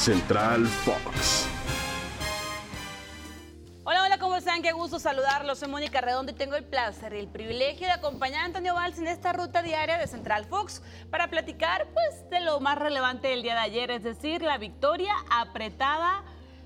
Central Fox. Hola, ¿cómo están? Qué gusto saludarlos. Soy Mónica Redondo y tengo el placer y el privilegio de acompañar a Antonio Valls en esta ruta diaria de Central Fox para platicar pues de lo más relevante del día de ayer, es decir, la victoria apretada,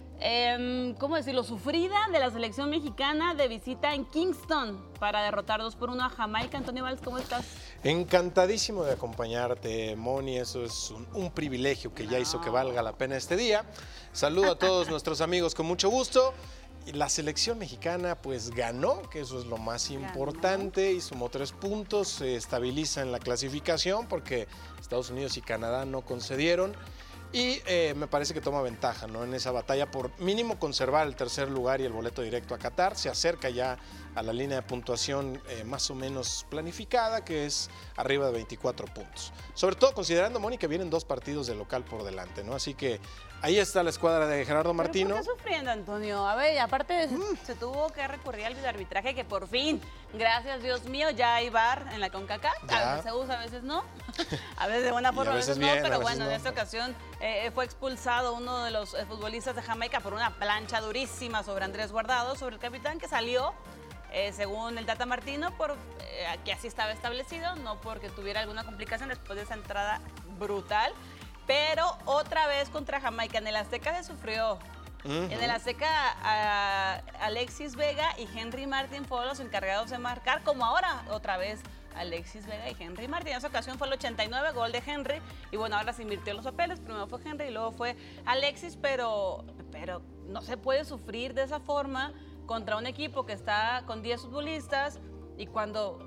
¿cómo decirlo?, sufrida de la selección mexicana de visita en Kingston para derrotar 2-1 a Jamaica. Antonio Valls, ¿cómo estás? Encantadísimo de acompañarte, Moni. Eso es un privilegio que ya hizo que valga la pena este día. Saludo a todos nuestros amigos con mucho gusto. Y la selección mexicana pues ganó, que eso es lo más importante, y sumó 3 puntos, se estabiliza en la clasificación porque Estados Unidos y Canadá no concedieron. Y me parece que toma ventaja, ¿no?, en esa batalla por mínimo conservar el tercer lugar y el boleto directo a Qatar. Se acerca ya a la línea de puntuación más o menos planificada, que es arriba de 24 puntos. Sobre todo considerando, Moni, que vienen 2 partidos de local por delante, ¿no? Así que ahí está la escuadra de Gerardo Martino. ¿Por qué sufriendo, Antonio? A ver, aparte se tuvo que recurrir al videoarbitraje, que por fin, gracias Dios mío, ya hay VAR en la CONCACAF. A veces se usa, a veces no. A veces de buena forma, a veces no. Pero bueno, en esta ocasión fue expulsado uno de los futbolistas de Jamaica por una plancha durísima sobre Andrés Guardado, sobre el capitán, que salió, según el Tata Martino, que así estaba establecido, no porque tuviera alguna complicación después de esa entrada brutal. Pero otra vez contra Jamaica, en el Azteca se sufrió. En el Azteca, Alexis Vega y Henry Martin fueron los encargados de marcar, como ahora otra vez Alexis Vega y Henry Martin. En esa ocasión fue el 89, gol de Henry, y bueno, ahora se invirtió los papeles. Primero fue Henry y luego fue Alexis, pero no se puede sufrir de esa forma contra un equipo que está con 10 futbolistas y cuando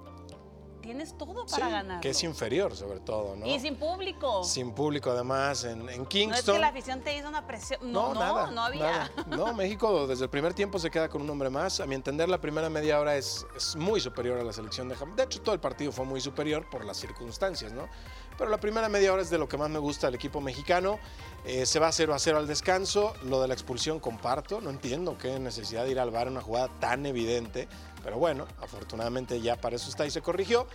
tienes todo para ganar. Que es inferior, sobre todo, ¿no? Y sin público. Sin público, además, en Kingston. No es que la afición te hizo una presión. No había. Nada. No, México desde el primer tiempo se queda con un hombre más. A mi entender, la primera media hora es muy superior a la selección de Jamaica. De hecho, todo el partido fue muy superior por las circunstancias, ¿no? Pero la primera media hora es de lo que más me gusta del equipo mexicano. Se va 0-0 al descanso. Lo de la expulsión comparto. No entiendo qué necesidad de ir al VAR en una jugada tan evidente. Pero bueno, afortunadamente ya para eso está y se corrigió.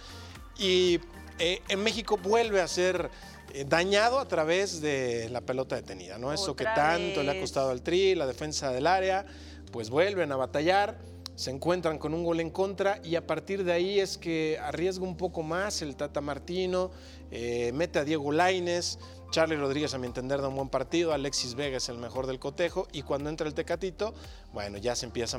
Y en México vuelve a ser dañado a través de la pelota detenida, ¿no? Eso que tanto le ha costado al Tri, la defensa del área, pues vuelven a batallar, se encuentran con un gol en contra y a partir de ahí es que arriesga un poco más el Tata Martino, mete a Diego Lainez. Charly Rodríguez, a mi entender, da un buen partido. Alexis Vega es el mejor del cotejo. Y cuando entra el Tecatito, bueno, ya se empieza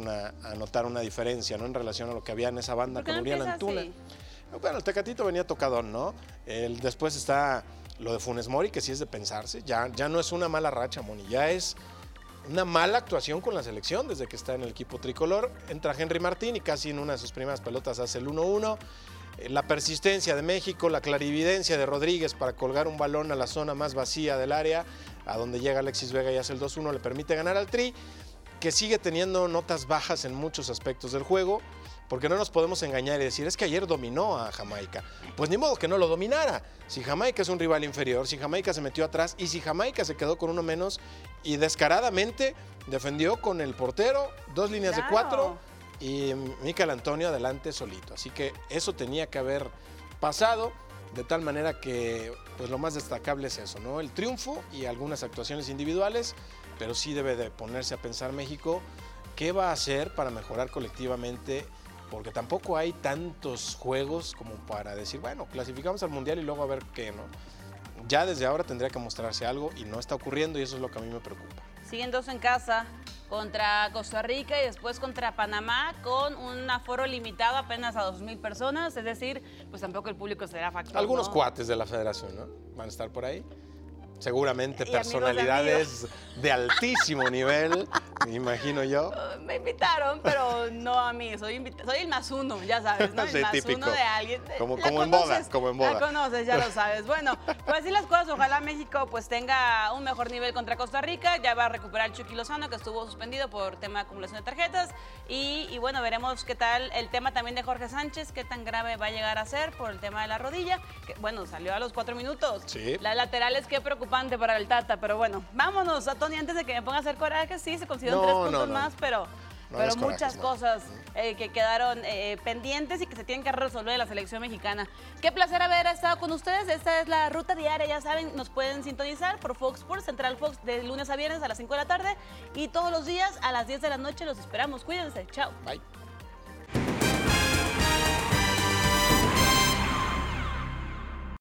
a notar una diferencia, ¿no?, en relación a lo que había en esa banda con Uriel Antuna. Bueno, el Tecatito venía tocadón, ¿no? Después está lo de Funes Mori, que sí es de pensarse. Ya no es una mala racha, Moni. Ya es una mala actuación con la selección desde que está en el equipo tricolor. Entra Henry Martín y casi en una de sus primeras pelotas hace el 1-1. La persistencia de México, la clarividencia de Rodríguez para colgar un balón a la zona más vacía del área, a donde llega Alexis Vega y hace el 2-1, le permite ganar al Tri, que sigue teniendo notas bajas en muchos aspectos del juego, porque no nos podemos engañar y decir, es que ayer dominó a Jamaica. Pues ni modo que no lo dominara. Si Jamaica es un rival inferior, si Jamaica se metió atrás y si Jamaica se quedó con uno menos y descaradamente defendió con el portero, 2 líneas de 4, y Michael Antonio adelante solito. Así que eso tenía que haber pasado, de tal manera que pues lo más destacable es eso, ¿no? El triunfo y algunas actuaciones individuales, pero sí debe de ponerse a pensar México qué va a hacer para mejorar colectivamente, porque tampoco hay tantos juegos como para decir, bueno, clasificamos al Mundial y luego a ver qué, ¿no? Ya desde ahora tendría que mostrarse algo y no está ocurriendo y eso es lo que a mí me preocupa. Siguen 2 en casa, contra Costa Rica y después contra Panamá, con un aforo limitado apenas a 2,000 personas, es decir, pues tampoco el público será factor. Algunos ¿no? cuates de la federación, ¿no?, van a estar por ahí. Seguramente personalidades de altísimo nivel, me imagino yo. Me invitaron, pero no a mí, soy el más uno, ya sabes, ¿no? El sí, más típico. Uno de alguien. Como en boda. La conoces, ya lo sabes. Bueno, pues así las cosas, ojalá México pues tenga un mejor nivel contra Costa Rica, ya va a recuperar el Chucky Lozano, que estuvo suspendido por tema de acumulación de tarjetas, y bueno, veremos qué tal el tema también de Jorge Sánchez, qué tan grave va a llegar a ser por el tema de la rodilla, que bueno, salió a los 4 minutos. Sí. La lateral es que preocupante para el Tata, pero bueno, vámonos a Tony antes de que me ponga a hacer coraje. Sí, se consiguieron 3 puntos más, pero pero muchas cosas que quedaron pendientes y que se tienen que resolver en la selección mexicana. Qué placer haber estado con ustedes. Esta es la ruta diaria, ya saben, nos pueden sintonizar por Fox Sports, Central Fox, de lunes a viernes a las 5 de la tarde y todos los días a las 10 de la noche los esperamos. Cuídense, chao. Bye.